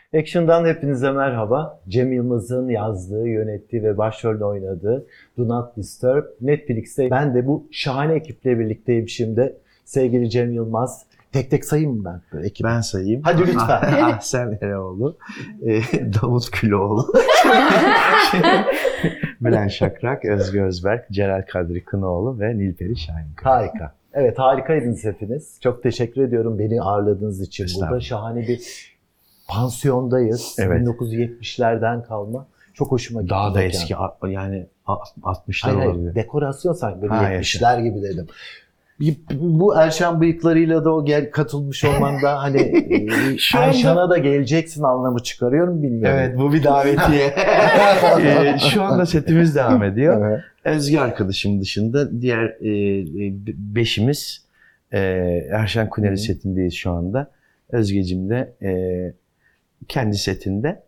Action'dan hepinize merhaba. Cem Yılmaz'ın yazdığı, yönettiği ve başrolde oynadığı Do Not Disturb Netflix'te. Ben de bu şahane ekiple birlikteyim şimdi. Sevgili Cem Yılmaz. Tek tek sayayım mı ben böyle ekibi? Ben sayayım. Hadi lütfen. Ahsen Eroğlu, Davut Küloğlu, Bülent Şakrak, Özgür Özberk, Celal Kadri Kınoğlu ve Nilperi Şahinkaya. Harika. Evet, harikaydınız hepiniz. Çok teşekkür ediyorum beni ağırladığınız için. Burada şahane bir pansiyondayız. Evet. 1970'lerden kalma. Çok hoşuma gitti. Daha da eski, yani 60'lar Hayır, olabilir. dekorasyon sanki böyle Ha, 70'ler gibi dedim. Bu Erşan bıyıklarıyla da katılmış olman da hani Erşan'a da geleceksin anlamı çıkarıyorum bilmiyorum. Evet, bu bir davetiye. Şu anda setimiz devam ediyor. Evet. Özge arkadaşım dışında diğer beşimiz Erşan Kuneri setindeyiz şu anda. Özgecim de kendi setinde.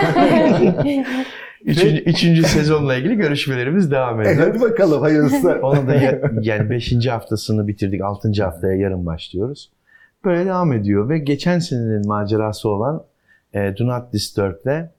Üçüncü sezonla ilgili görüşmelerimiz devam ediyor. Hadi bakalım hayırlısı. Onu da yani 5. haftasını bitirdik. 6. haftaya yarın başlıyoruz. Böyle devam ediyor ve geçen senenin macerası olan Do Not Disturb'le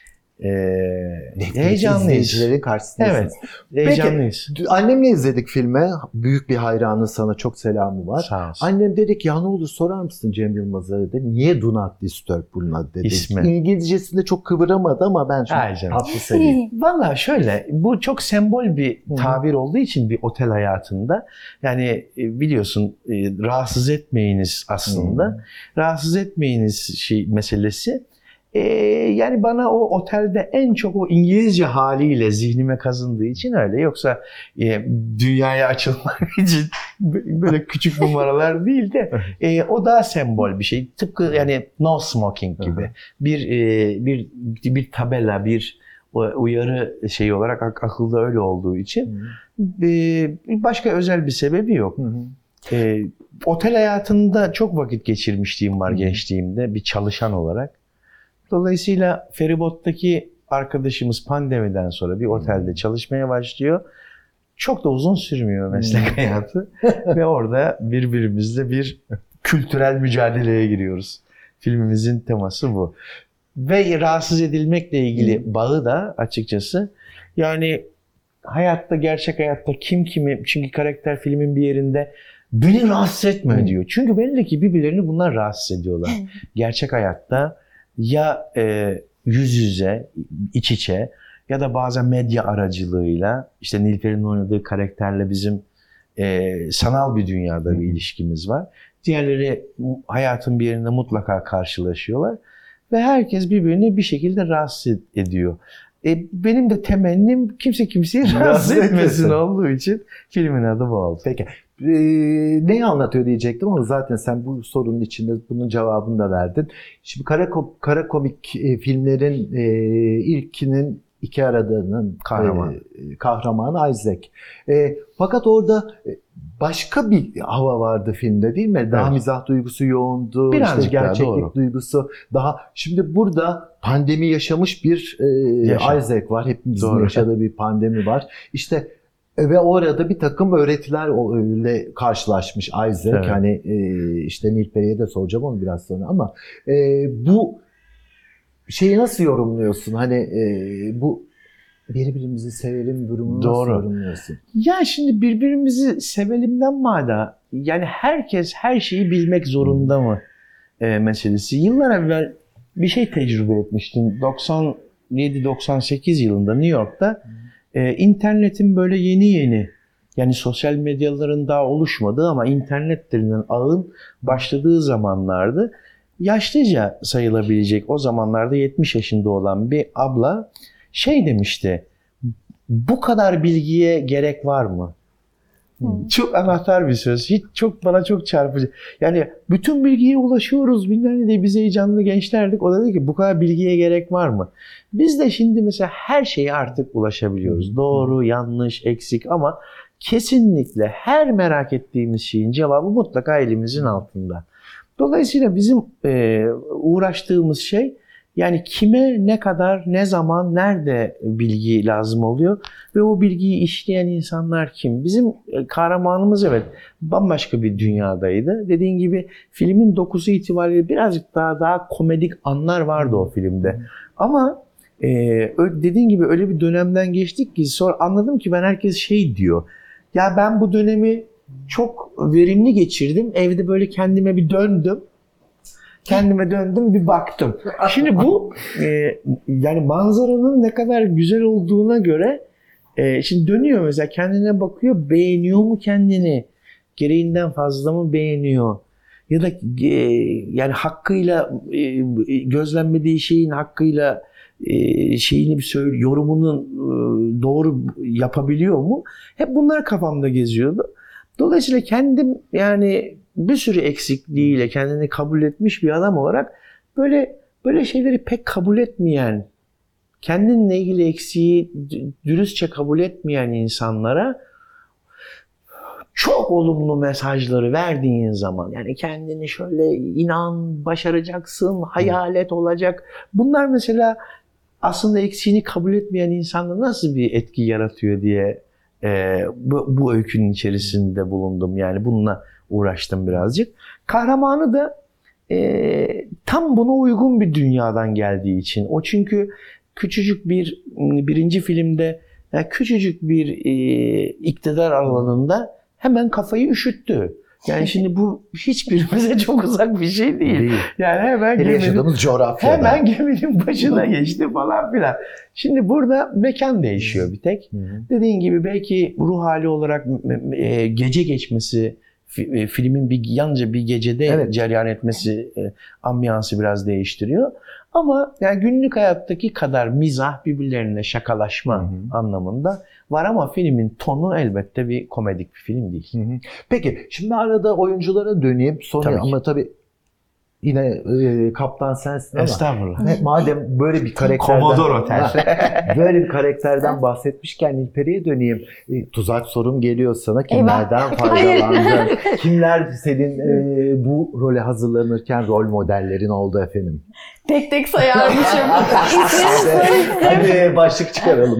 heyecanlıyız. İzleyicilerin karşısındasınız. Evet, heyecanlıyız. Peki, annemle izledik filmi. Büyük bir hayranı, sana çok selamı var. Sağ olsun. Annem dedi ki ya ne olur sorar mısın Cem Yılmaz'a dedi. Niye Do Not Disturb bunun adı dedi. İsmi. İngilizcesinde çok kıvıramadı ama ben şimdi tatlı seveyim. Valla şöyle, bu çok sembol bir tabir olduğu için bir otel hayatında. Yani biliyorsun rahatsız etmeyiniz aslında. Rahatsız etmeyiniz meselesi. Yani bana o otelde en çok o İngilizce haliyle zihnime kazındığı için öyle. Yoksa dünyaya açılmak için böyle küçük numaralar değil de o daha sembol bir şey. Tıpkı yani no smoking gibi. Bir tabela, bir uyarı şeyi olarak akılda öyle olduğu için başka özel bir sebebi yok. Otel hayatında çok vakit geçirmişliğim var gençliğimde bir çalışan olarak. Dolayısıyla feribottaki arkadaşımız pandemiden sonra bir otelde çalışmaya başlıyor. Çok da uzun sürmüyor meslek hayatı. Ve orada birbirimizle bir kültürel mücadeleye giriyoruz. Filmimizin teması bu. Ve rahatsız edilmekle ilgili bağı da açıkçası yani hayatta, gerçek hayatta kim kimi, çünkü karakter filmin bir yerinde beni rahatsız etme diyor. Çünkü belli ki birbirlerini bunlar rahatsız ediyorlar. Gerçek hayatta ya yüz yüze, iç içe ya da bazen medya aracılığıyla işte Nilperi'nin oynadığı karakterle bizim sanal bir dünyada bir ilişkimiz var. Diğerleri hayatın bir yerinde mutlaka karşılaşıyorlar ve herkes birbirini bir şekilde rahatsız ediyor. Benim de temennim kimse kimseyi rahatsız etmesin olduğu için filmin adı bu oldu. Peki. Neyi anlatıyor diyecektim ama zaten sen bu sorunun içinde bunun cevabını da verdin. Şimdi kara komik filmlerin ilkinin iki aradığının kahramanı Isaac. Fakat orada başka bir hava vardı filmde değil mi? Daha mizah duygusu yoğundu. Birazcık işte gerçeklik duygusu daha. Şimdi burada pandemi yaşamış bir Isaac var. Hepimizin yaşadığı bir pandemi var. İşte ve orada bir takım öğretilerle karşılaşmış Isaac. Evet. Hani işte Nilperi'ye de soracağım onu biraz sonra ama bu şeyi nasıl yorumluyorsun? Hani bu birbirimizi sevelim durumunu nasıl yorumluyorsun? Ya şimdi birbirimizi sevelimden mada yani herkes her şeyi bilmek zorunda mı meselesi. Yıllar evvel bir şey tecrübe etmiştim. 97-98 yılında New York'ta internetin böyle yeni yani sosyal medyaların daha oluşmadığı ama internet denilen ağın başladığı zamanlardı. Yaşlıca sayılabilecek o zamanlarda 70 yaşında olan bir abla şey demişti. Bu kadar bilgiye gerek var mı? Çok anahtar bir söz. Bana çok çarpıcı. Yani bütün bilgiye ulaşıyoruz. Bilmem ne diye biz heyecanlı gençlerdik. O da dedi ki bu kadar bilgiye gerek var mı? Biz de şimdi mesela her şeye artık ulaşabiliyoruz. Doğru, yanlış, eksik ama kesinlikle her merak ettiğimiz şeyin cevabı mutlaka elimizin altında. Dolayısıyla bizim uğraştığımız şey Yani kime, ne kadar, ne zaman, nerede bilgi lazım oluyor ve o bilgiyi işleyen insanlar kim? Bizim kahramanımız evet bambaşka bir dünyadaydı. Dediğin gibi filmin dokusu itibariyle birazcık daha komedik anlar vardı o filmde. Ama dediğin gibi öyle bir dönemden geçtik ki sonra anladım ki herkes şey diyor. Ya ben bu dönemi çok verimli geçirdim. Evde böyle kendime bir döndüm. Bir baktım. Şimdi bu yani manzaranın ne kadar güzel olduğuna göre şimdi dönüyor mesela kendine bakıyor, beğeniyor mu kendini? Gereğinden fazla mı beğeniyor? Ya da yani hakkıyla gözlemlediği şeyin hakkıyla şeyini bir söyle, yorumunu doğru yapabiliyor mu? Hep bunlar kafamda geziyordu. Dolayısıyla kendim yani bir sürü eksikliğiyle kendini kabul etmiş bir adam olarak böyle şeyleri pek kabul etmeyen, kendinle ilgili eksiği dürüstçe kabul etmeyen insanlara çok olumlu mesajları verdiğin zaman yani kendini şöyle inan, başaracaksın, hayalet olacak. Bunlar mesela aslında eksiğini kabul etmeyen insanda nasıl bir etki yaratıyor diye bu öykünün içerisinde bulundum. Yani bununla uğraştım birazcık. Kahramanı da tam buna uygun bir dünyadan geldiği için. O çünkü küçücük birinci filmde küçücük bir iktidar alanında hemen kafayı üşüttü. Yani şimdi bu hiçbirimize çok uzak bir şey değil. Yani hemen yaşadığımız coğrafyada. Hemen geminin başına geçti falan filan. Şimdi burada mekan değişiyor bir tek. Dediğin gibi belki ruh hali olarak gece geçmesi, filmin yalnızca bir gecede cereyan etmesi ambiyansı biraz değiştiriyor. Ama yani günlük hayattaki kadar mizah, birbirlerine şakalaşma anlamında var ama filmin tonu elbette bir komedik bir film değil. Peki şimdi arada oyunculara döneyim. Sonra ama tabii yine kaptan sensin ama. Estağfurullah. Madem böyle bir karakterden Commodore Otel. böyle bir karakterden bahsetmişken Nilperi'ye döneyim. Tuzak sorum geliyor sana. Kimlerden faydalandın? Kimler senin bu role hazırlanırken rol modellerin oldu efendim? Tek tek sayarmışım. Hadi başlık çıkaralım.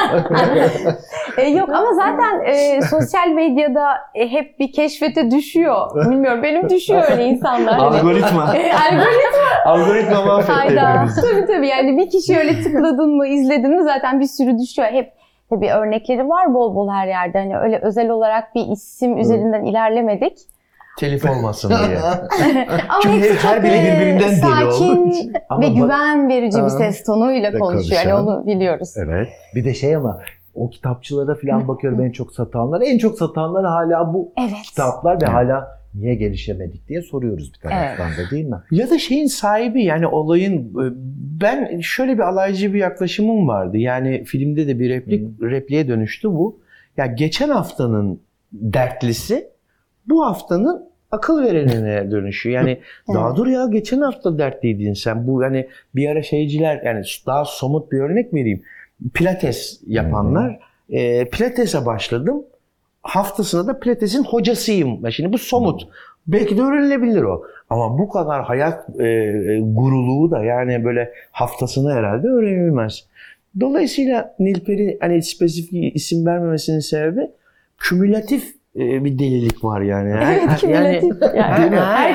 Yok ama zaten sosyal medyada hep bir keşfete düşüyor. Bilmiyorum benim düşüyor öyle insanlar. Algoritma. Algoritma mahvetti. Tabii yani bir kişi öyle tıkladın mı, izledin mi zaten bir sürü düşüyor. Hep tabii örnekleri var bol bol her yerde. Hani öyle özel olarak bir isim üzerinden ilerlemedik. Telif olmasın diye. Ama çünkü her biri birbirinden deli oldu. sakin ve güven verici bir ses tonuyla konuşuyor. Yani onu biliyoruz. Evet. Bir de ama o kitapçılara falan bakıyorum en çok satanlar. En çok satanlar hala bu kitaplar ve hala niye gelişemedik diye soruyoruz bir taraftan da değil mi? Ya da şeyin sahibi yani olayın ben şöyle bir alaycı bir yaklaşımım vardı. Yani filmde de bir repliğe dönüştü bu. Ya geçen haftanın dertlisi bu haftanın akıl verenine dönüşüyor. Yani daha dur ya geçen hafta dertliydin sen. Bu yani bir ara şeyciler yani daha somut bir örnek vereyim. Pilates yapanlar pilatese başladım. Haftasında da pilatesin hocasıyım. Şimdi bu somut. Belki de öğrenilebilir o. Ama bu kadar hayat guruluğu da yani böyle haftasına herhalde öğrenilmez. Dolayısıyla Nilperi hani spesifik isim vermemesinin sebebi kümülatif bir delilik var yani. Evet, kümülatif. Yani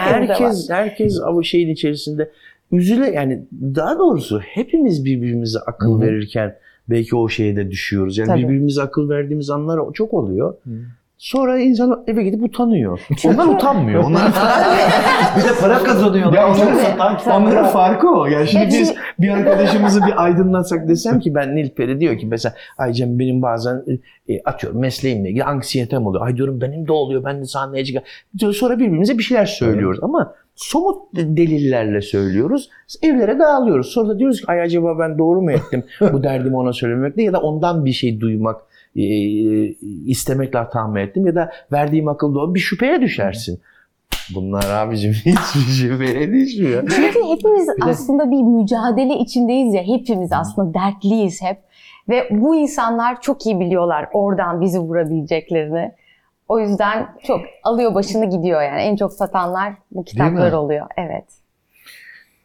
herkes o şeyin içerisinde yani daha doğrusu hepimiz birbirimize akıl verirken belki o şeye de düşüyoruz. Yani birbirimize akıl verdiğimiz anlar çok oluyor. Sonra insan eve gidip utanıyor. Onlar utanmıyor. Onlar bir de para kazanıyorlar. Ya onların farkı o. Yani şimdi biz bir arkadaşımızı bir aydınlatsak desem ki ben Nilperi diyor ki mesela Aycem benim bazen atıyorum mesleğimle ilgili anksiyetem oluyor. Ay diyorum benim de oluyor. Ben de sahneye çıkıyorum. Sonra birbirimize bir şeyler söylüyoruz ama somut delillerle söylüyoruz. Evlere dağılıyoruz. Sonra da diyoruz ki ay acaba ben doğru mu ettim bu derdimi ona söylemekle ya da ondan bir şey duymak istemekle hata mı ettim ya da verdiğim akıl doğru bir şüpheye düşersin. Bunlar abicim hiçbir şüpheye düşmüyor. Çünkü hepimiz aslında bir mücadele içindeyiz ya. Hepimiz aslında dertliyiz hep. Ve bu insanlar çok iyi biliyorlar oradan bizi vurabileceklerini. O yüzden çok alıyor başını gidiyor yani. En çok satanlar bu kitaplar oluyor. Evet.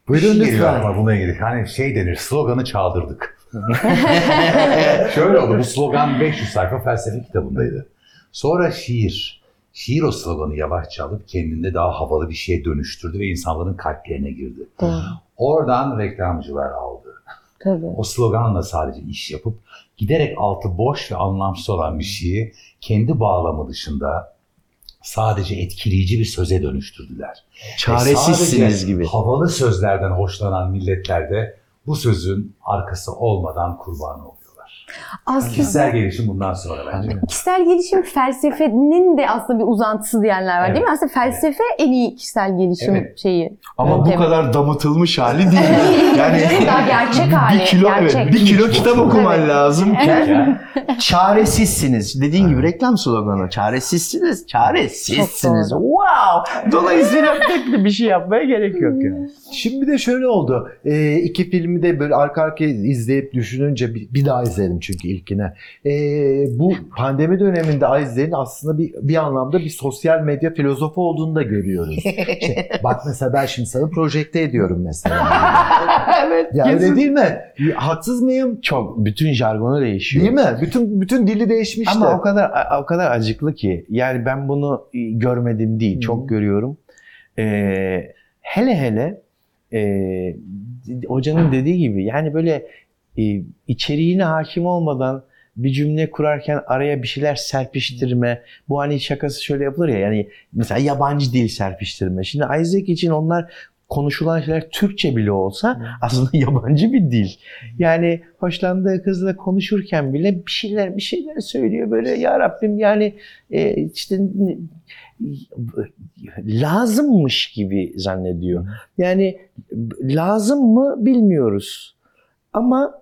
Buyurun Bir şey geliyor lütfen. aklıma bununla ilgili. Hani şey denir, sloganı çaldırdık. Şöyle oldu, bu slogan 500 sayfa felsefe kitabındaydı. Sonra şiir. Şiir o sloganı yavaşça alıp kendinde daha havalı bir şeye dönüştürdü ve insanların kalplerine girdi. Doğru. Oradan reklamcılar aldı. Tabii. O sloganla sadece iş yapıp giderek altı boş ve anlamsız olan bir şeyi kendi bağlamı dışında sadece etkileyici bir söze dönüştürdüler. Çaresizsiniz Sadece gibi. havalı sözlerden hoşlanan milletler de bu sözün arkası olmadan kurban oluyorlar. Aslında Kişisel gelişim bundan sonra bence. kişisel gelişim felsefenin de aslında bir uzantısı diyenler var değil mi? Aslında felsefe en iyi kişisel gelişim Evet. şeyi. Ama bu yöntemi. kadar damıtılmış hali değil. Yani Daha gerçek hali. bir kilo, gerçek. evet, bir kilo kitap okuman Evet. lazım ki. Yani Çaresizsiniz. Dediğin gibi reklam sloganı. Çaresizsiniz. Çaresizsiniz. Çok Wow. Dolayısıyla pek de bir şey yapmaya gerek yok yani. Şimdi de şöyle oldu. İki filmi de böyle arka arkaya izleyip düşününce bir daha izledim çünkü ilkine. Bu pandemi döneminde Aizler'in aslında bir anlamda bir sosyal medya filozofu olduğunu da görüyoruz. Bak mesela ben şimdi sana projekte ediyorum mesela. Evet. Ya öyle değil mi? Haksız mıyım? Çok. Bütün jargonu değişiyor. Değil mi? Bütün dili değişmişti. Ama o kadar acıklı ki. Yani ben bunu görmedim değil. Çok görüyorum. Hele hele hocanın dediği gibi yani böyle içeriğine hakim olmadan bir cümle kurarken araya bir şeyler serpiştirme. Bu hani şakası şöyle yapılır ya yani mesela yabancı dil serpiştirme. Şimdi Isaac için onlar konuşulan şeyler Türkçe bile olsa aslında yabancı bir dil. Yani hoşlandığı kızla konuşurken bile bir şeyler söylüyor böyle ya Rabbim yani işte lazımmış gibi zannediyor. Yani lazım mı bilmiyoruz. Ama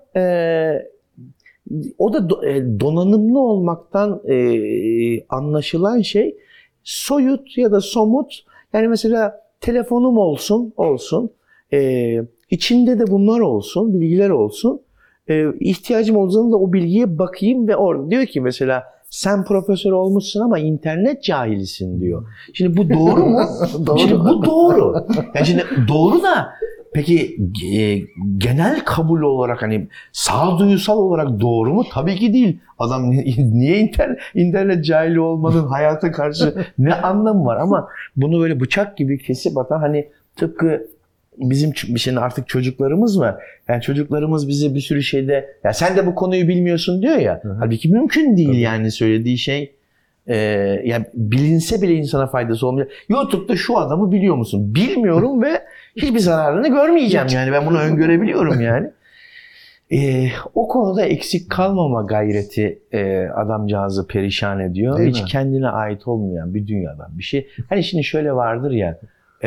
o da donanımlı olmaktan anlaşılan şey soyut ya da somut. Yani mesela telefonum olsun. İçinde de bunlar olsun, bilgiler olsun. İhtiyacım olduğunda o bilgiye bakayım ve orada diyor ki mesela sen profesör olmuşsun ama internet cahilisin diyor. Şimdi bu doğru mu? Doğru. Şimdi bu doğru. Yani şimdi doğru da peki genel kabul olarak hani sağduyusal olarak doğru mu? Tabii ki değil. Adam niye internet cahili olmanın hayata karşı ne anlamı var? Ama bunu böyle bıçak gibi kesip atan hani tıpkı bizim şimdi artık çocuklarımız var. Yani çocuklarımız bize bir sürü şeyde ya sen de bu konuyu bilmiyorsun diyor ya. Halbuki mümkün değil yani söylediği şey. Yani bilinse bile insana faydası olmuyor. YouTube'da şu adamı biliyor musun? Bilmiyorum ve hiçbir zararını görmeyeceğim yani. Ben bunu öngörebiliyorum yani. O konuda eksik kalmama gayreti adamcağızı perişan ediyor. Değil Hiç mi? kendine ait olmayan bir dünyadan bir şey. Hani şimdi şöyle vardır ya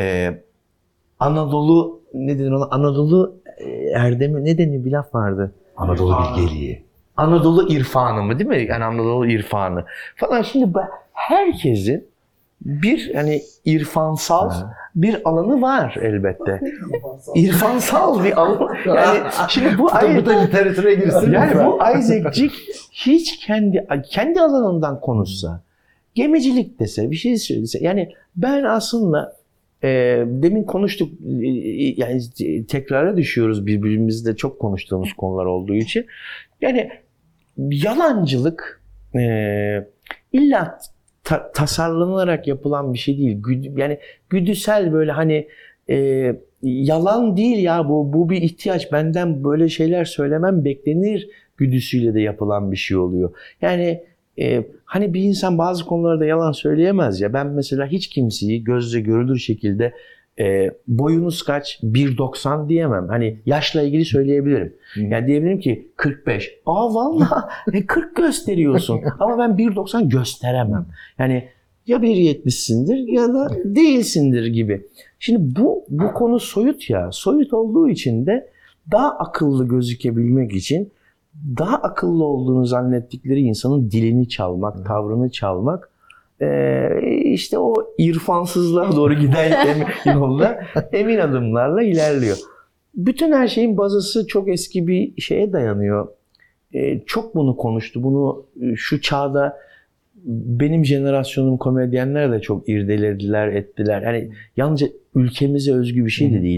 Anadolu ne denir ona? Anadolu erdemi ne denir bir laf vardı. Anadolu bilgeliği. Anadolu irfanı mı değil mi? Yani Anadolu irfanı falan. Şimdi herkesin bir hani irfansal bir alanı var elbette. İrfansal bir alan. Yani şimdi bu Bu da literatüre girsin. yani lütfen. bu Isaac'cik hiç kendi alanından konuşsa, gemicilik dese, bir şey söylese. Yani ben aslında demin konuştuk yani tekrara düşüyoruz birbirimizle çok konuştuğumuz konular olduğu için. Yani yalancılık illa tasarlanarak yapılan bir şey değil. Yani güdüsel böyle hani yalan değil ya bu bir ihtiyaç. Benden böyle şeyler söylemem beklenir güdüsüyle de yapılan bir şey oluyor. Yani hani bir insan bazı konularda yalan söyleyemez ya. Ben mesela hiç kimseyi gözle görülür şekilde boyunuz kaç? 1.90 diyemem. Hani yaşla ilgili söyleyebilirim. Yani diyebilirim ki 45. Vallahi 40 gösteriyorsun. Ama ben 1.90 gösteremem. Yani ya 1.70'sindir ya da değilsindir gibi. Şimdi bu konu soyut ya. Soyut olduğu için de daha akıllı gözükebilmek için daha akıllı olduğunu zannettikleri insanın dilini çalmak, tavrını çalmak işte o irfansızlığa doğru giden yolda emin adımlarla ilerliyor. Bütün her şeyin bazısı çok eski bir şeye dayanıyor. Çok bunu konuştu. Bunu şu çağda benim jenerasyonum komedyenler de çok irdelediler, ettiler. Yani yalnızca ülkemize özgü bir şey de değil.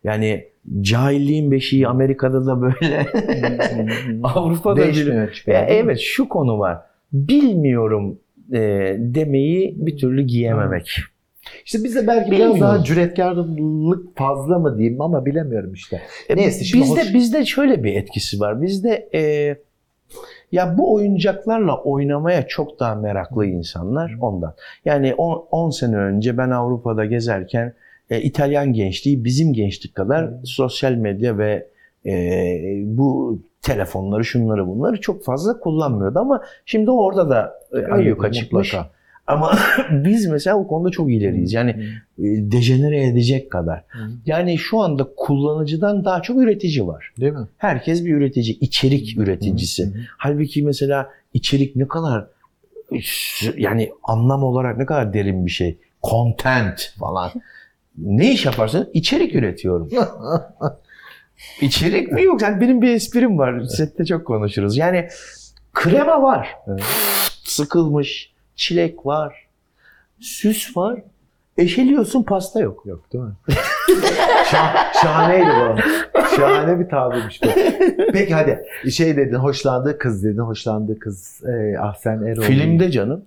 Yani cahilliğin beşiği Amerika'da da böyle. Avrupa'da Değişmiyor hiçbir yer, değil mi? evet, şu konu var. Bilmiyorum demeyi bir türlü giyememek. İşte bize belki biraz Bilmiyorum. daha cüretkarlık fazla mı diyeyim ama bilemiyorum işte. Neyse şimdi Bizde şöyle bir etkisi var. Bizde ya bu oyuncaklarla oynamaya çok daha meraklı insanlar ondan. Yani 10 sene önce ben Avrupa'da gezerken İtalyan gençliği bizim gençlik kadar sosyal medya ve bu telefonları, şunları bunları çok fazla kullanmıyordu ama şimdi orada da ayyuka çıkmış. mutlaka. Ama biz mesela o konuda çok ileriyiz. Yani dejenere edecek kadar. Yani şu anda kullanıcıdan daha çok üretici var. Değil mi? Herkes bir üretici, içerik üreticisi. Halbuki mesela içerik ne kadar yani anlam olarak ne kadar derin bir şey. Content falan. Ne iş yaparsın? İçerik üretiyorum. İçerik mi yok? Yani benim bir esprim var. Sette çok konuşuruz. Yani krema var. Sıkılmış. Çilek var. Süs var. Eşeliyorsun, pasta yok. Yok değil mi? Şahaneydi bu. Şahane bir tabirmiş bu. Peki hadi şey dedin, hoşlandığı kız dedin. Hoşlandığı kız Ahsen Erol. Filmde canım.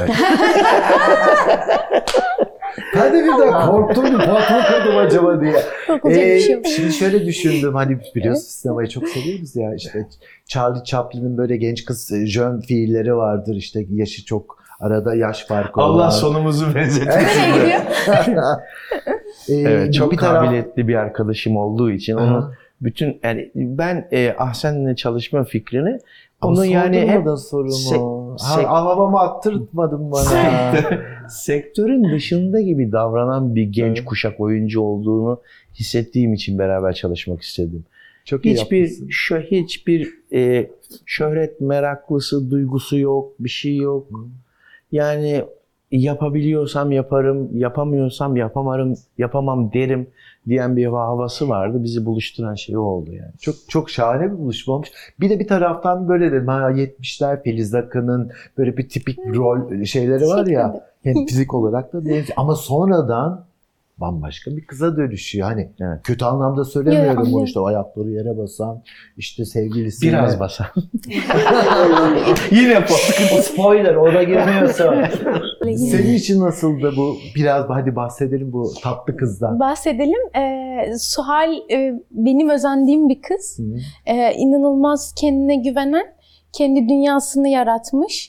Ben de birden korktum bir patron kadın acaba diye. Korkulacak bir şey yok. Şimdi şöyle düşündüm, hani biliyorsun sinemayı çok seviyoruz ya, işte Charlie Chaplin'in böyle genç kız jön fiilleri vardır, işte yaşı çok arada yaş farkı Allah olan. sonumuzu benzetsin. Nereye gidiyor? Evet, çok bir taraf- kabiliyetli bir arkadaşım olduğu için onu bütün yani ben Ahsen'le çalışma fikrini Ama onu yani hep sordurmadın sorumu. Havama attırtmadın bana. sektörün dışında gibi davranan bir genç kuşak oyuncu olduğunu hissettiğim için beraber çalışmak istedim. Çok iyi Hiçbir yapmışsın. hiçbir şöhret meraklısı duygusu yok, bir şey yok. Yani yapabiliyorsam yaparım, yapamıyorsam yapamam derim diyen bir havası vardı. Bizi buluşturan şey o oldu yani. Çok çok şahane bir buluşma olmuş. Bir de bir taraftan böyle dedim, 70'ler Filiz Akın'ın böyle bir tipik rol şeyleri var ya. Hem fizik olarak da değil. Ama sonradan bambaşka bir kıza dönüşüyor. Hani Evet. kötü anlamda söylemiyorum Yok, bunu, anlıyorum. işte o ayakları yere basan, işte sevgilisi. Biraz basan. Yine baskın. Spoiler, ona girmiyorsa. Senin için nasıldı bu? Biraz hadi bahsedelim bu tatlı kızdan. Bahsedelim. Suhal benim özendiğim bir kız. İnanılmaz kendine güvenen, kendi dünyasını yaratmış.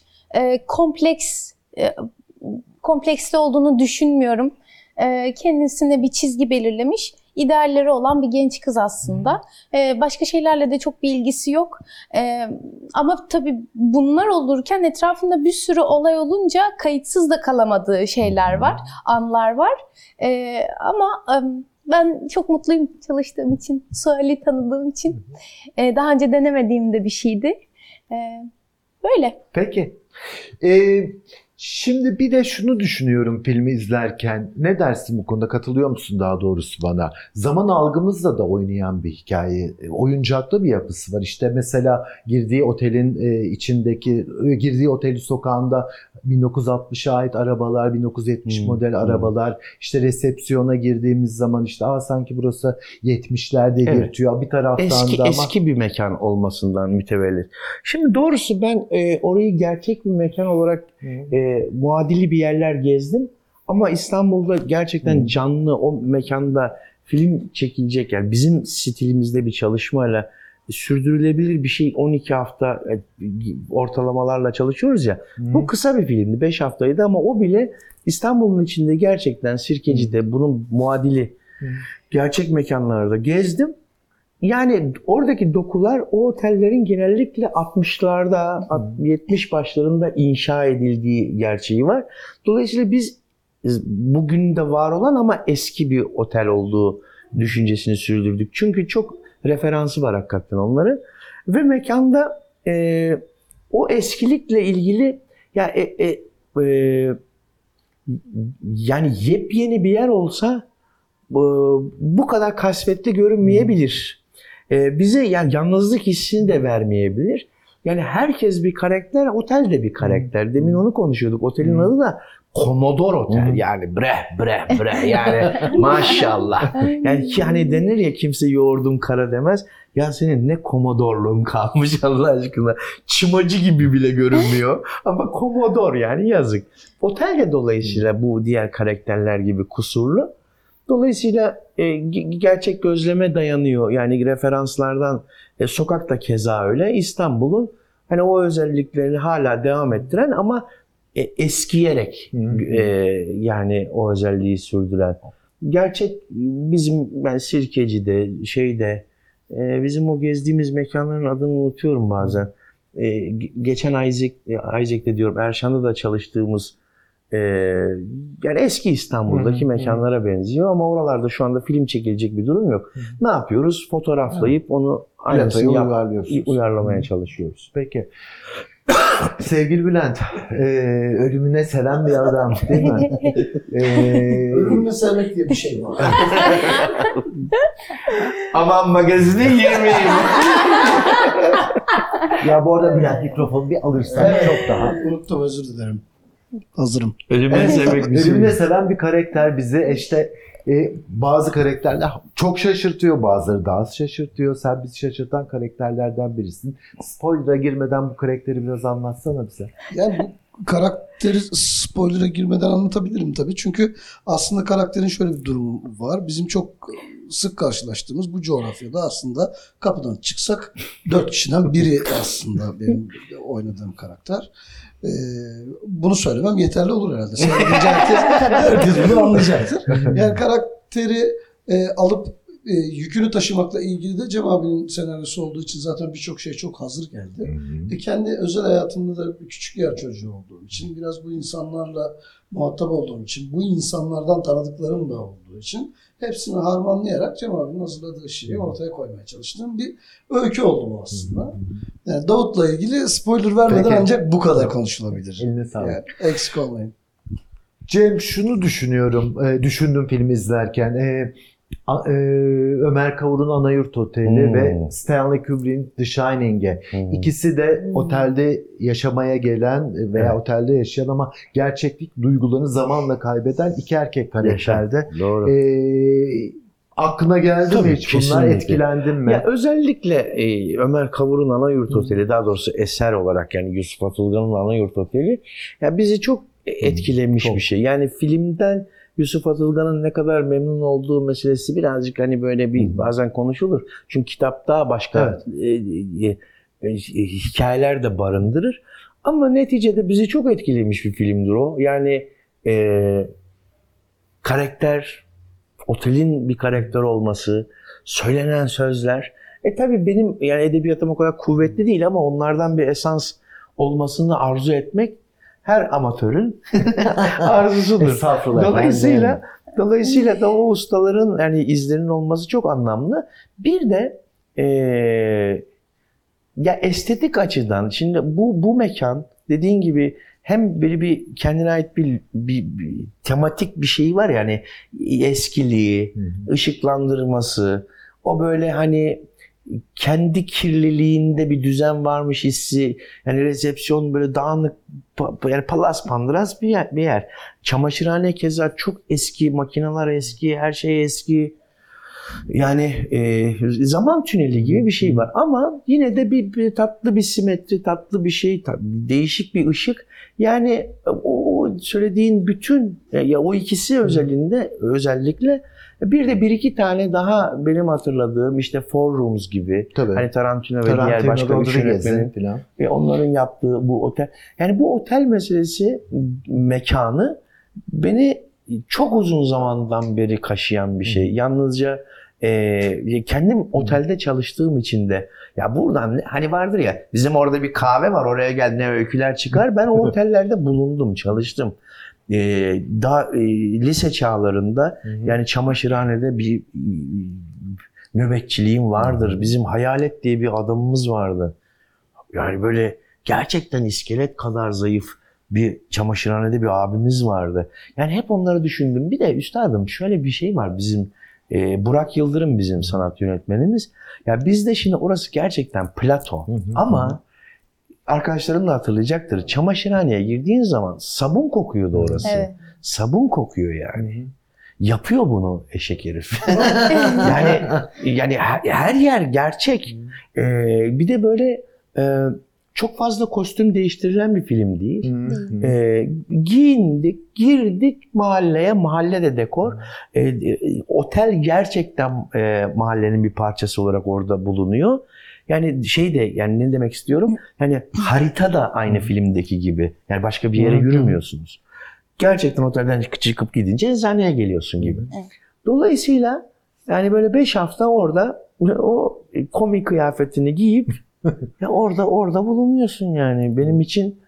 Kompleksli olduğunu düşünmüyorum. Kendisine bir çizgi belirlemiş. İdealleri olan bir genç kız aslında. Başka şeylerle de çok bir ilgisi yok. Ama tabii bunlar olurken etrafında bir sürü olay olunca kayıtsız da kalamadığı şeyler var, anlar var. Ama ben çok mutluyum çalıştığım için, Suhal'i tanıdığım için. Daha önce denemediğim de bir şeydi. Böyle. Peki. Şimdi bir de şunu düşünüyorum filmi izlerken. Ne dersin bu konuda? Katılıyor musun daha doğrusu bana? Zaman algımızla da oynayan bir hikaye. Oyuncaklı bir yapısı var. İşte mesela girdiği otelin girdiği otelin sokağında 1960'a ait arabalar, 1970 model arabalar. İşte resepsiyona girdiğimiz zaman işte sanki burası 70'lerde girtiyor. Bir taraftan da ama Eski bir mekan olmasından mütevellit. Şimdi doğrusu ben orayı gerçek bir mekan olarak muadili bir yerler gezdim. Ama İstanbul'da gerçekten canlı o mekanda film çekilecek, yani bizim stilimizde bir çalışmayla sürdürülebilir bir şey 12 hafta ortalamalarla çalışıyoruz ya. Bu kısa bir filmdi. 5 haftaydı ama o bile İstanbul'un içinde gerçekten Sirkeci'de bunun muadili gerçek mekanlarda gezdim. Yani oradaki dokular o otellerin genellikle 60'larda, 70 başlarında inşa edildiği gerçeği var. Dolayısıyla biz bugün de var olan ama eski bir otel olduğu düşüncesini sürdürdük. Çünkü çok referansı var hakikaten onların. Ve mekanda o eskilikle ilgili yani yepyeni bir yer olsa bu kadar kasvetli görünmeyebilir. Bize yani yalnızlık hissini de vermeyebilir. Yani herkes bir karakter, otel de bir karakter. Demin onu konuşuyorduk. Otelin adı da Commodore Otel yani bre yani maşallah. Yani ki hani denir ya kimse yoğurdum kara demez. Ya senin ne komodorluğun kalmış Allah aşkına. Çımacı gibi bile görünmüyor. Ama komodor yani yazık. Otel de dolayısıyla bu diğer karakterler gibi kusurlu. Dolayısıyla gerçek gözleme dayanıyor. Yani referanslardan sokak da keza öyle. İstanbul'un hani o özelliklerini hala devam ettiren ama eskiyerek yani o özelliği sürdüren. Gerçek bizim ben Sirkeci'de bizim o gezdiğimiz mekanların adını unutuyorum bazen. Geçen Isaac'te diyorum Erşan'da da çalıştığımız yani eski İstanbul'daki mekanlara benziyor ama oralarda şu anda film çekilecek bir durum yok. Ne yapıyoruz? Fotoğraflayıp onu aynısını uyarlamaya çalışıyoruz. Peki. Sevgili Bülent, ölümüne seven bir adam değil mi? Ölümüne sevmek diye bir şey var. Aman magazine girmeyeyim. Ya bu arada Bülent mikrofonu bir alırsan çok daha. Unuttum, özür dilerim. Hazırım. Ölümüne sevmek bir şey. Ölümüne seven bir karakter bizi işte bazı karakterler çok şaşırtıyor, bazıları daha az şaşırtıyor. Sen bizi şaşırtan karakterlerden birisin. Spoiler'a girmeden bu karakteri biraz anlatsana bize. Yani bu karakteri spoiler'a girmeden anlatabilirim tabii. Çünkü aslında karakterin şöyle bir durumu var. Bizim çok sık karşılaştığımız bu coğrafyada aslında kapıdan çıksak 4 kişiden biri aslında benim oynadığım karakter. Bunu söylemem yeterli olur herhalde. Seyredince herkes bunu anlayacaktır. Yani karakteri alıp yükünü taşımakla ilgili de Cem abinin senaryosu olduğu için zaten birçok şey çok hazır geldi. Kendi özel hayatımda da bir küçük yer çocuğu olduğum için, biraz bu insanlarla muhatap olduğum için, bu insanlardan tanıdıklarım da olduğu için hepsini harmanlayarak Cem abinin hazırladığı şeyi ortaya koymaya çalıştığım bir öykü oldu bu aslında. Yani Davut'la ilgili spoiler vermeden Peki. ancak bu kadar konuşulabilir. Eline sağlık. Yani eksik olmayın. Cem, şunu düşünüyorum, düşündüm filmi izlerken. Ömer Kavur'un Anayurt Oteli ve Stanley Kubrick'in The Shining'e. İkisi de otelde yaşamaya gelen veya otelde yaşayan ama gerçeklik duygularını zamanla kaybeden iki erkek karakterde. Doğru. Aklına geldi Tabii, mi hiç bunlar? kesinlikle. Etkilendin mi? Ya özellikle Ömer Kavur'un Anayurt Oteli, daha doğrusu eser olarak yani Yusuf Atılgan'ın Anayurt Oteli ya bizi çok etkilemiş çok. bir şey. Yani filmden Yusuf Atılgan'ın ne kadar memnun olduğu meselesi birazcık hani böyle bir bazen konuşulur. Çünkü kitap daha başka hikayeler de barındırır. Ama neticede bizi çok etkilemiş bir filmdir o. Yani karakter, otelin bir karakter olması, söylenen sözler. Tabii benim yani edebiyatım o kadar kuvvetli değil ama onlardan bir esans olmasını arzu etmek her amatörün arzusudur. Estağfurullah. Dolayısıyla da o ustaların yani izlerinin olması çok anlamlı. Bir de ya estetik açıdan şimdi bu mekan dediğin gibi hem böyle bir kendine ait bir tematik bir şey var yani eskiliği, ışıklandırması, o böyle hani kendi kirliliğinde bir düzen varmış hissi, yani resepsiyon böyle dağınık, yani palas pandras bir yer. Çamaşırhane keza çok eski, makineler eski, her şey eski. Yani zaman tüneli gibi bir şey var ama yine de bir tatlı bir simetri, tatlı bir şey, değişik bir ışık. Yani o söylediğin bütün ya o ikisi özellikle bir iki tane daha benim hatırladığım işte Four Rooms gibi. Tabii. Hani Tarantino ve diğer başka üç yönetmenin ve onların yaptığı bu otel. Yani bu otel meselesi, mekanı beni çok uzun zamandan beri kaşıyan bir şey. Yalnızca kendim otelde çalıştığım için de ya buradan hani vardır ya bizim orada bir kahve var oraya gel ne öyküler çıkar. Ben o otellerde bulundum, çalıştım. Daha lise çağlarında yani çamaşırhanede bir nöbetçiliğim vardır. Bizim Hayalet diye bir adamımız vardı. Yani böyle gerçekten iskelet kadar zayıf bir çamaşırhanede bir abimiz vardı. Yani hep onları düşündüm. Bir de üstadım şöyle bir şey var bizim Burak Yıldırım bizim sanat yönetmenimiz. Ya bizde şimdi orası gerçekten plato ama arkadaşlarım da hatırlayacaktır. Çamaşırhaneye girdiğin zaman sabun kokuyordu orası. Evet. Sabun kokuyor yani. Yapıyor bunu eşek herif. yani her yer gerçek. Bir de böyle çok fazla kostüm değiştirilen bir film değil. Giyindik, girdik mahalleye, mahalle de dekor. Otel gerçekten mahallenin bir parçası olarak orada bulunuyor. Yani yani ne demek istiyorum? Yani harita da aynı filmdeki gibi. Yani başka bir yere yürümüyorsunuz. Gerçekten otelden çıkıp gidince eczaneye geliyorsun gibi. Evet. Dolayısıyla yani böyle 5 hafta orada o komik kıyafetini giyip ya orada bulunuyorsun yani. Benim için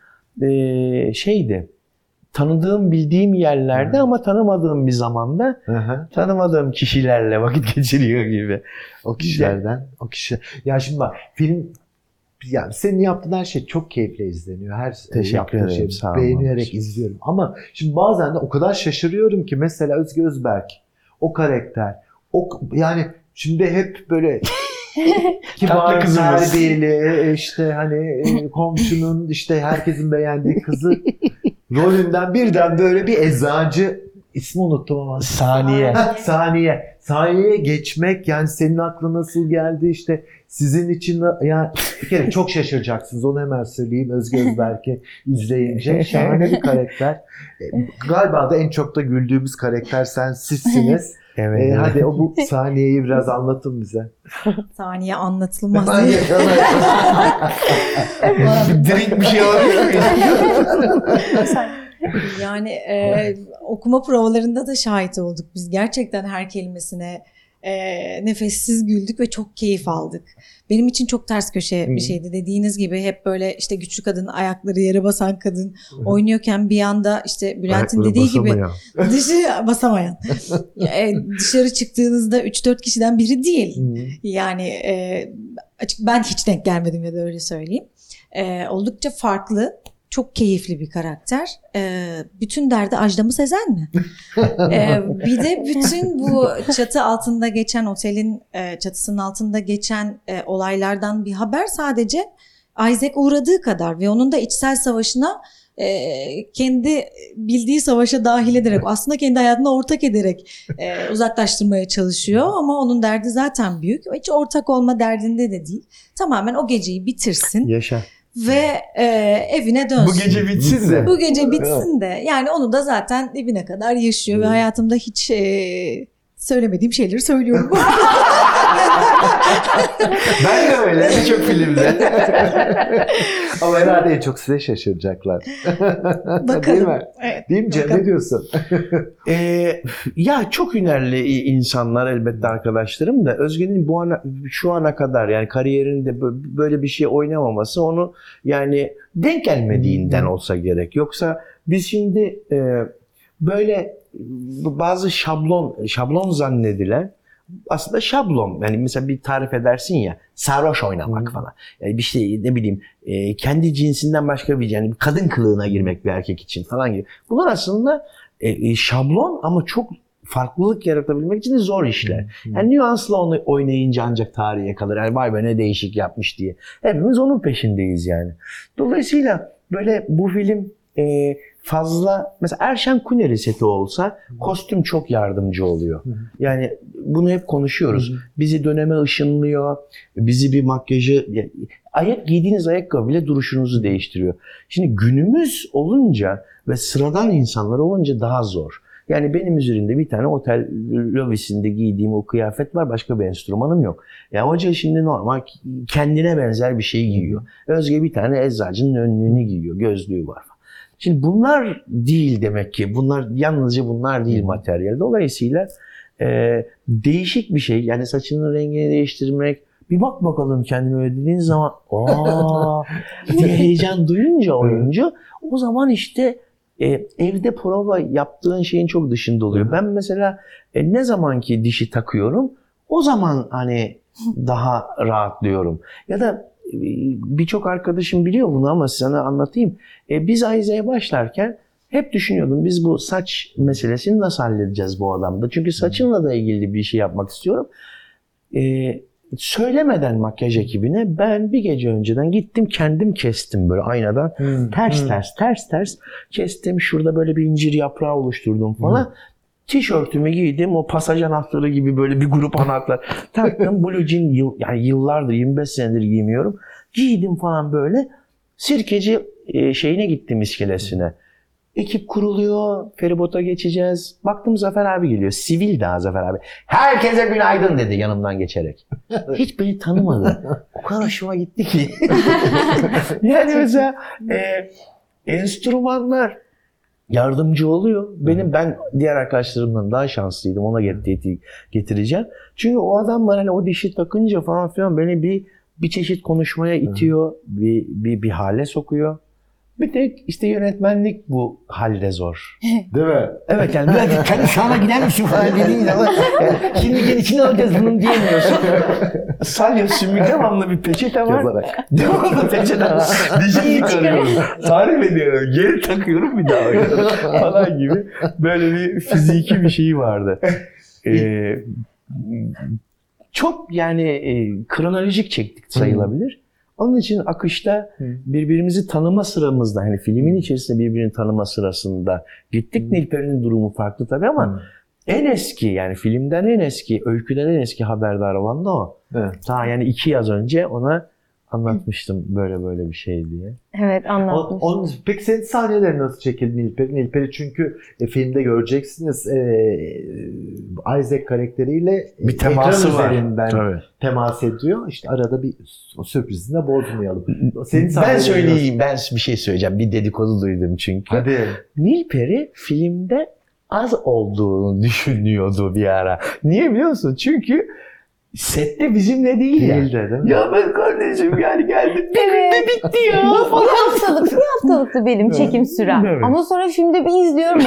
tanıdığım, bildiğim yerlerde ama tanımadığım bir zamanda tanımadığım kişilerle vakit geçiriyor gibi. O kişilerden, o kişi. Ya şimdi bak, film, yani senin yaptığın her şey çok keyifle izleniyor. Her Teşekkür yaptığın ederim, şeyi sağ olun. beğenerek izliyorum. Ama şimdi bazen de o kadar şaşırıyorum ki, mesela Özge Özberk, o karakter, yani şimdi hep böyle kibar, kızımız. terbiyeli, işte hani komşunun, işte herkesin beğendiği kızı rolünden birden böyle bir eczacı, ismi unuttum ama. Saniye. Saniye'ye geçmek, yani senin aklına nasıl geldi, işte sizin için, yani bir kere çok şaşıracaksınız, onu hemen söyleyeyim. Özge Özberk'i izleyince şahane bir karakter. Galiba da en çok da güldüğümüz karakter sizsiniz. Evet. Hadi bu Saniye'yi biraz anlatın bize. Saniye anlatılmaz. Direkt bir şey alabilir miyiz? Yani okuma provalarında da şahit olduk. Biz gerçekten her kelimesine nefessiz güldük ve çok keyif aldık. Benim için çok ters köşe bir şeydi. Dediğiniz gibi hep böyle işte güçlü kadın, ayakları yere basan kadın oynuyorken bir anda işte Bülent'in dediği gibi basamayan. Dışarı çıktığınızda 3-4 kişiden biri değil. Yani açık, ben hiç denk gelmedim ya da öyle söyleyeyim. Oldukça farklı. Çok keyifli bir karakter. Bütün derdi Ajdam'ı Sezen mi? Bir de bütün bu çatı altında geçen, otelin çatısının altında geçen olaylardan bir haber sadece Isaac uğradığı kadar ve onun da içsel savaşına kendi bildiği savaşa dahil ederek, aslında kendi hayatına ortak ederek uzaklaştırmaya çalışıyor. Ama onun derdi zaten büyük. Hiç ortak olma derdinde de değil. Tamamen o geceyi bitirsin. Yaşa. Ve evine dönsün. Bu gece bitsin de. Bu gece bitsin de. Yani onu da zaten dibine kadar yaşıyor ve hayatımda hiç söylemediğim şeyleri söylüyorum. Ben de öyle. Birçok filmde. Ama herhalde en çok size şaşıracaklar. Bakalım. Değil mi? Evet, Değil mi Cem? bakalım. Ne diyorsun? Ya çok hünerli insanlar elbette arkadaşlarım da Özge'nin şu ana kadar yani kariyerinde böyle bir şey oynamaması onu yani denk gelmediğinden olsa gerek. Yoksa biz şimdi böyle bazı şablon zannedilen aslında şablon. Yani mesela bir tarif edersin ya, sarhoş oynamak falan. Yani bir şey ne bileyim kendi cinsinden başka bir, yani kadın kılığına girmek bir erkek için falan gibi. Bunlar aslında şablon ama çok farklılık yaratabilmek için de zor işler. Yani nüansla onu oynayınca ancak tarihe kalır. Yani vay be ne değişik yapmış diye. Hepimiz onun peşindeyiz yani. Dolayısıyla böyle bu film fazla, mesela Erşen Kuneri seti olsa kostüm çok yardımcı oluyor. Yani bunu hep konuşuyoruz. Bizi döneme ışınlıyor. Bizi bir makyajı, giydiğiniz ayakkabı bile duruşunuzu değiştiriyor. Şimdi günümüz olunca ve sıradan insanlar olunca daha zor. Yani benim üzerimde bir tane otel lobisinde giydiğim o kıyafet var. Başka bir enstrümanım yok. Ya hoca şimdi normal kendine benzer bir şey giyiyor. Özge bir tane eczacının önlüğünü giyiyor. Gözlüğü var falan. Şimdi bunlar değil demek ki. Yalnızca bunlar değil materyal. Dolayısıyla değişik bir şey. Yani saçının rengini değiştirmek. Bir bak bakalım kendine öyle dediğin zaman diye heyecan duyunca oyuncu, o zaman işte evde prova yaptığın şeyin çok dışında oluyor. Ben mesela ne zaman ki dişi takıyorum o zaman hani daha rahatlıyorum. Ya da birçok arkadaşım biliyor bunu ama sana anlatayım. Biz Ayza'ya başlarken hep düşünüyordum, biz bu saç meselesini nasıl halledeceğiz bu adamda? Çünkü saçınla da ilgili bir şey yapmak istiyorum. söylemeden makyaj ekibine ben bir gece önceden gittim kendim kestim böyle aynadan. Ters kestim. Şurada böyle bir incir yaprağı oluşturdum falan. Tişörtümü giydim. O pasaj anahtarı gibi böyle bir grup anahtar taktım. Blue jean yani yıllardır 25 senedir giymiyorum. Giydim falan böyle. Sirkeci şeyine gittim iskelesine. Ekip kuruluyor. Feribota geçeceğiz. Baktım Zafer abi geliyor. Sivil daha Zafer abi. Herkese günaydın dedi yanımdan geçerek. Hiç beni tanımadı. O kadar hoşuma gitti ki. Yani mesela enstrümanlar yardımcı oluyor. Ben diğer arkadaşlarımdan daha şanslıydım. Ona getireceğim. Çünkü o adamlar hani o dişi takınca falan filan beni bir çeşit konuşmaya itiyor. Bir hale sokuyor. Bir tek işte yönetmenlik bu halde zor. Değil mi? Evet yani biraz kendi sağına gider misin falan dediğin zaman yani şimdi gel içine alacağız bunun diyemiyorsun. Salıyorsun bir devamlı bir peçete var. Yazarak. Devamlı peçete var. Dişimi çıkarıyorum. Tarif ediyorum. Geri takıyorum bir daha oynuyorum falan gibi. Böyle bir fiziki bir şeyi vardı. Çok yani kronolojik çektik sayılabilir. Onun için akışta birbirimizi tanıma sıramızda, hani filmin içerisinde birbirini tanıma sırasında gittik. Nilperi'nin durumu farklı tabii ama en eski yani filmden en eski, öyküden en eski haberdar olan da o. Evet. Daha yani 2 yaz önce ona anlatmıştım böyle bir şey diye. Evet, anlatmış. Peki senin sahneleri nasıl çekildi Nilperi? Nilperi çünkü filmde göreceksiniz Isaac karakteriyle Bir teması ekran var. üzerinden Tabii. temas ediyor. İşte arada bir sürprizini de bozmayalım. Senin Ben sahnelerin söyleyeyim, ben bir şey söyleyeceğim. Bir dedikodu duydum çünkü. Hadi. Nilperi filmde az olduğunu düşünüyordu bir ara. Niye biliyor musun? Çünkü sette bizimle değil ya. Değildi değil mi? Ya ben kardeşim yani geldim. Evet. Bitti ya. Bir haftalıktı benim çekim sürem. Evet. Ama sonra filmde bir izliyorum.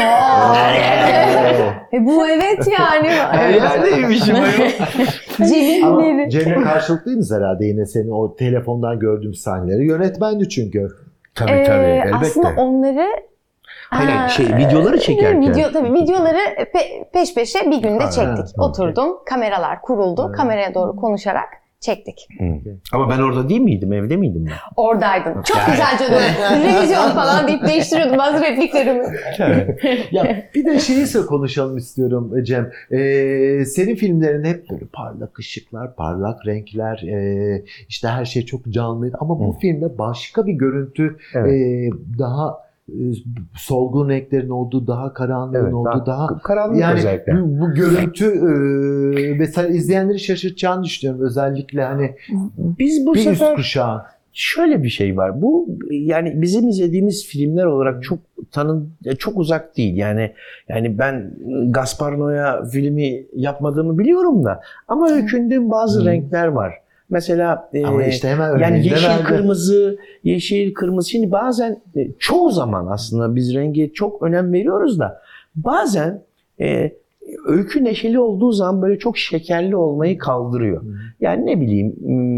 Bu evet yani. Neredeymişim ayol? Ama Cemilleri. Cem'le karşılıklıydınız herhalde yine senin o telefondan gördüğüm sahneleri. Yönetmendi çünkü. Tabii elbette. Aslında onları Hayır, videoları çekerken. Videoları peş peşe bir günde çektik. ha, Oturdum, kameralar kuruldu, kameraya doğru konuşarak çektik. Ama ben orada değil miydim? Evde miydim ben? Oradaydın. Çok güzelce döndüm. Revizyon falan deyip değiştiriyordum bazı repliklerimi. Ya bir de şeyi konuşalım istiyorum Cem. Senin filmlerin hep böyle parlak ışıklar, parlak renkler, işte her şey çok canlıydı. Ama bu filmde başka bir görüntü, daha solgun renklerin olduğu, daha karanlığın olduğu, daha karanlık yani özellikle. bu görüntü mesela izleyenleri şaşırtacağını düşünüyorum. Özellikle hani Biz bu bir üst sefer kuşağı. şöyle bir şey var. Bu yani bizim izlediğimiz filmler olarak çok uzak değil. Yani ben Gaspar Noé filmi yapmadığımı biliyorum da ama öykündüğüm bazı renkler var. Mesela Ama işte hemen yani yeşil, kırmızı. Şimdi bazen çoğu zaman aslında biz renge çok önem veriyoruz da bazen öykü neşeli olduğu zaman böyle çok şekerli olmayı kaldırıyor. Yani ne bileyim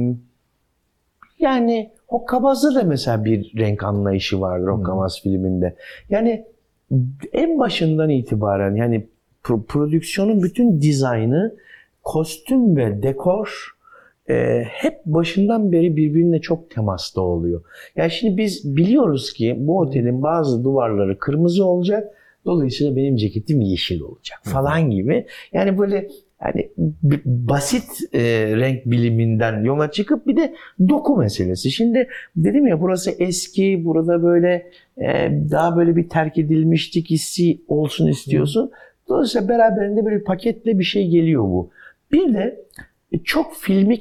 yani Hokkabaz'da da mesela bir renk anlayışı vardır Hokkabaz filminde. Yani en başından itibaren yani prodüksiyonun bütün dizaynı, kostüm ve dekor hep başından beri birbirine çok temasta oluyor. Yani şimdi biz biliyoruz ki bu otelin bazı duvarları kırmızı olacak. Dolayısıyla benim ceketim yeşil olacak falan gibi. Yani böyle yani basit renk biliminden yola çıkıp bir de doku meselesi. Şimdi dedim ya burası eski, burada böyle daha böyle bir terk edilmişlik hissi olsun istiyorsun. Dolayısıyla beraberinde böyle paketle bir şey geliyor bu. Bir de çok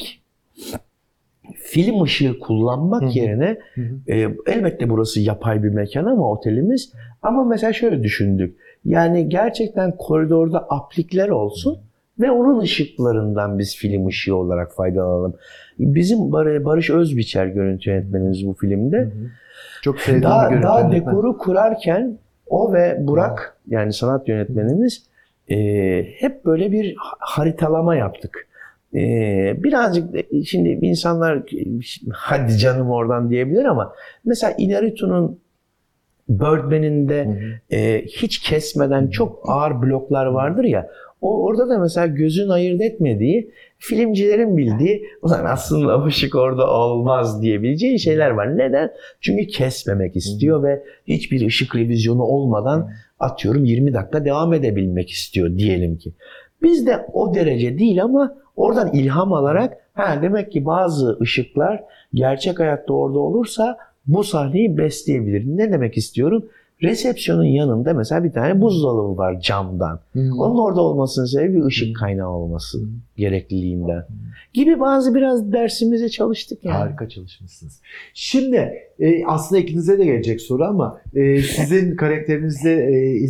film ışığı kullanmak yerine elbette burası yapay bir mekan ama otelimiz. Ama mesela şöyle düşündük. Yani gerçekten koridorda aplikler olsun ve onun ışıklarından biz film ışığı olarak faydalanalım. Bizim Barış Özbiçer görüntü yönetmenimiz bu filmde. Çok sevdiğim daha dekoru kurarken o ve Burak yani sanat yönetmenimiz hep böyle bir haritalama yaptık. Birazcık şimdi insanlar hadi canım oradan diyebilir ama mesela İnarritu'nun Birdman'in de hiç kesmeden çok ağır bloklar vardır ya. Orada da mesela gözün ayırt etmediği, filmcilerin bildiği, ulan aslında o ışık orada olmaz diyebileceği şeyler var. Neden? Çünkü kesmemek istiyor ve hiçbir ışık revizyonu olmadan atıyorum 20 dakika devam edebilmek istiyor diyelim ki. Biz de o derece değil ama oradan ilham alarak demek ki bazı ışıklar gerçek hayatta orada olursa bu sahneyi besleyebilir. Ne demek istiyorum? Resepsiyonun yanında mesela bir tane buzdolabı var camdan. Onun orada olmasının sebebi bir ışık kaynağı olması gerekliliğinden. Gibi bazı biraz dersimize çalıştık yani. Harika çalışmışsınız. Şimdi aslında ikinize de gelecek soru ama sizin karakterinizde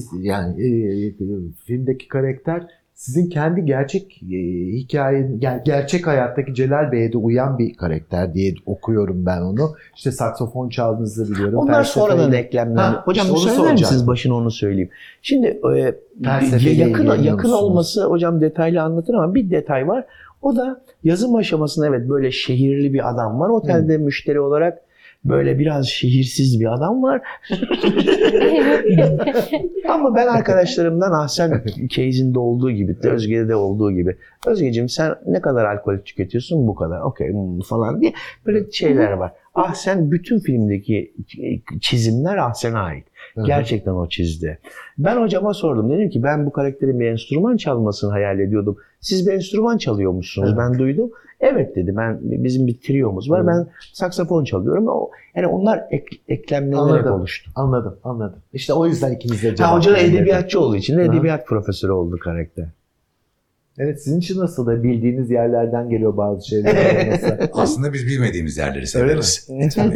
filmdeki karakter sizin kendi gerçek gerçek hayattaki Celal Bey'e de uyan bir karakter diye okuyorum ben onu. İşte saksafon çaldığınızı biliyorum. Onlar sonradan eklemlendi. Hocam işte söyler misiniz başına onu söyleyeyim. Şimdi yakın olması hocam detaylı anlatır ama bir detay var. O da yazım aşamasında evet böyle şehirli bir adam var. Otelde müşteri olarak böyle biraz şehirsiz bir adam var. Ama ben arkadaşlarımdan Ahsen case'inde olduğu gibi, Özge'de de olduğu gibi. Özgeciğim sen ne kadar alkol tüketiyorsun? Bu kadar. Okey falan diye böyle şeyler var. Ahsen bütün filmdeki çizimler Ahsen'e ait. Gerçekten o çizdi. Ben hocama sordum. Dedim ki ben bu karakterin bir enstrüman çalmasını hayal ediyordum. Siz bir enstrüman çalıyormuşsunuz. Ben duydum. Evet dedi. Bizim bir triyomuz var. Ben saksafon çalıyorum. Yani onlar eklemlenerek oluştu. Anladım. İşte o yüzden ikimiz de cevap hoca da edebiyatçı olduğu için de edebiyat profesörü oldu karakter. Evet, sizin için nasıl da bildiğiniz yerlerden geliyor bazı şeyler. Aslında biz bilmediğimiz yerleri severiz.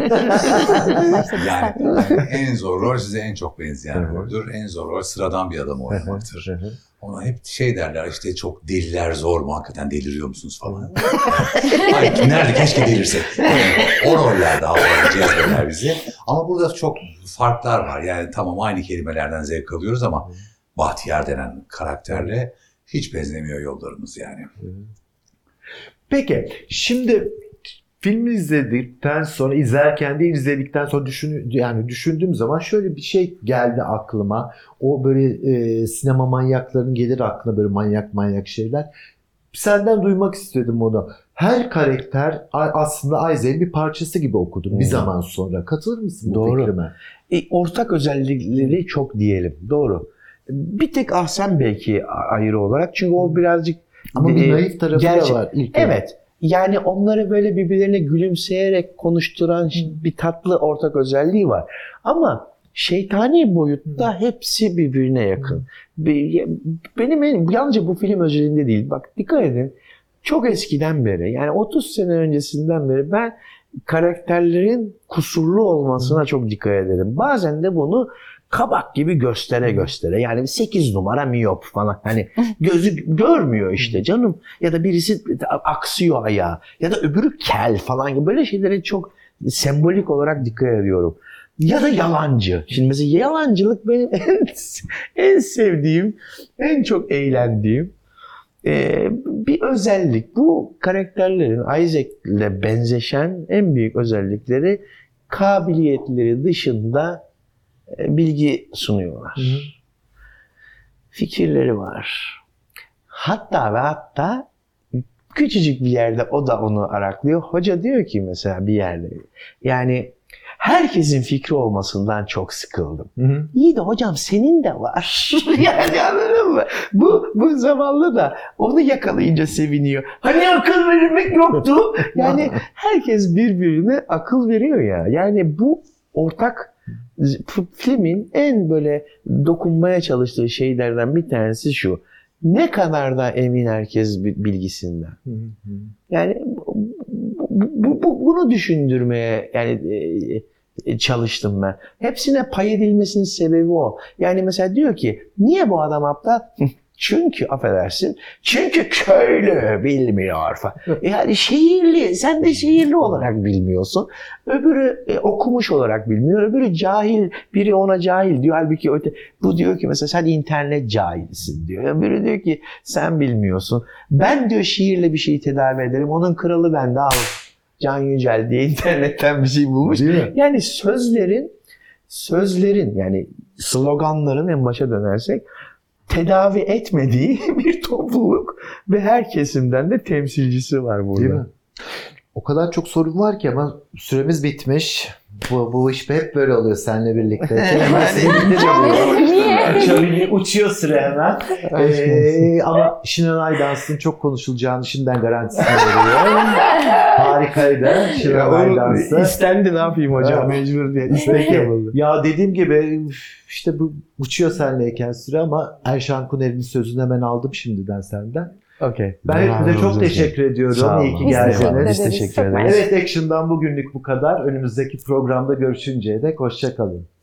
Yani en zor rol size en çok benzeyen roldür. En zor rol sıradan bir adam oynamaktır. Ona hep şey derler işte çok deliler zor mu? Hakikaten deliriyor musunuz falan. Ay, nerede keşke delirsek. O roller daha fazla cezbeder bizi. Ama burada çok farklar var. Yani tamam aynı kelimelerden zevk alıyoruz ama Bahtiyar denen karakterle hiç benzemiyor yollarımız yani. Peki şimdi filmi izledikten sonra izledikten sonra düşündüğüm zaman şöyle bir şey geldi aklıma. O böyle sinema manyaklarının gelir aklına böyle manyak şeyler. Senden duymak istedim onu. Her karakter aslında Isaac'in bir parçası gibi okudum bir zaman sonra. Katılır mısın bu fikrime? Ortak özellikleri çok diyelim. Doğru. Bir tek Ahsen belki ayrı olarak. Çünkü o birazcık... Ama bir naif tarafı da var. Evet. Yani onları böyle birbirlerine gülümseyerek konuşturan bir tatlı ortak özelliği var. Ama şeytani boyutta hepsi birbirine yakın. Benim yalnızca bu film özelinde değil. Bak dikkat edin. Çok eskiden beri yani 30 sene öncesinden beri ben karakterlerin kusurlu olmasına çok dikkat ederim. Bazen de bunu kabak gibi göstere yani 8 numara miyop falan hani gözü görmüyor işte canım ya da birisi aksıyor ayağı ya da öbürü kel falan gibi böyle şeylere çok sembolik olarak dikkat ediyorum. Ya da yalancı. Şimdi mesela yalancılık benim en sevdiğim, en çok eğlendiğim bir özellik. Bu karakterlerin Isaac'le benzeşen en büyük özellikleri kabiliyetleri dışında bilgi sunuyorlar. Fikirleri var. Hatta küçücük bir yerde o da onu araklıyor. Hoca diyor ki mesela bir yerde yani herkesin fikri olmasından çok sıkıldım. İyi de hocam senin de var. Yani anladın mı? Bu zamanlı da onu yakalayınca seviniyor. Hani akıl verilmek yoktu. Yani herkes birbirine akıl veriyor ya. Yani bu ortak filmin en böyle dokunmaya çalıştığı şeylerden bir tanesi şu. Ne kadar da emin herkes bilgisinden. Yani bunu düşündürmeye yani çalıştım ben. Hepsine pay edilmesinin sebebi o. Yani mesela diyor ki niye bu adam aptal? Çünkü affedersin. Çünkü köylü bilmiyor falan. Yani şehirli. Sen de şehirli olarak bilmiyorsun. Öbürü okumuş olarak bilmiyor. Öbürü cahil. Biri ona cahil diyor. Halbuki bu diyor ki mesela sen internet cahilsin diyor. Öbürü diyor ki sen bilmiyorsun. Ben diyor şiirle bir şeyi tedavi ederim. Onun kralı bende al. Can Yücel diye internetten bir şey bulmuş. Yani sözlerin sözlerin yani sloganların en başa dönersek tedavi etmediği bir topluluk ve her kesimden de temsilcisi var burada. Değil mi? O kadar çok sorun var ki ama süremiz bitmiş. Bu iş hep böyle oluyor seninle birlikte. Hemen seninle de oluyor. Uçuyor süre hemen. Ama Şenolay Dans'ın çok konuşulacağını şimdiden garantisini veriyor. Harikaydı Şenolay Dans'ı. İstendi ne yapayım hocam mecbur diye. İstek yapıldı. Ya dediğim gibi işte bu uçuyor senleyken süre ama Erşan Kuner'in sözünü hemen aldım şimdiden senden. Okay. Ben hepinize çok teşekkür ediyorum. Sağ olun. İyi ki Biz geldiniz. teşekkür ederiz. Biz teşekkür Çok ederiz. Evet, Action'dan bugünlük bu kadar. Önümüzdeki programda görüşünceye dek hoşça kalın.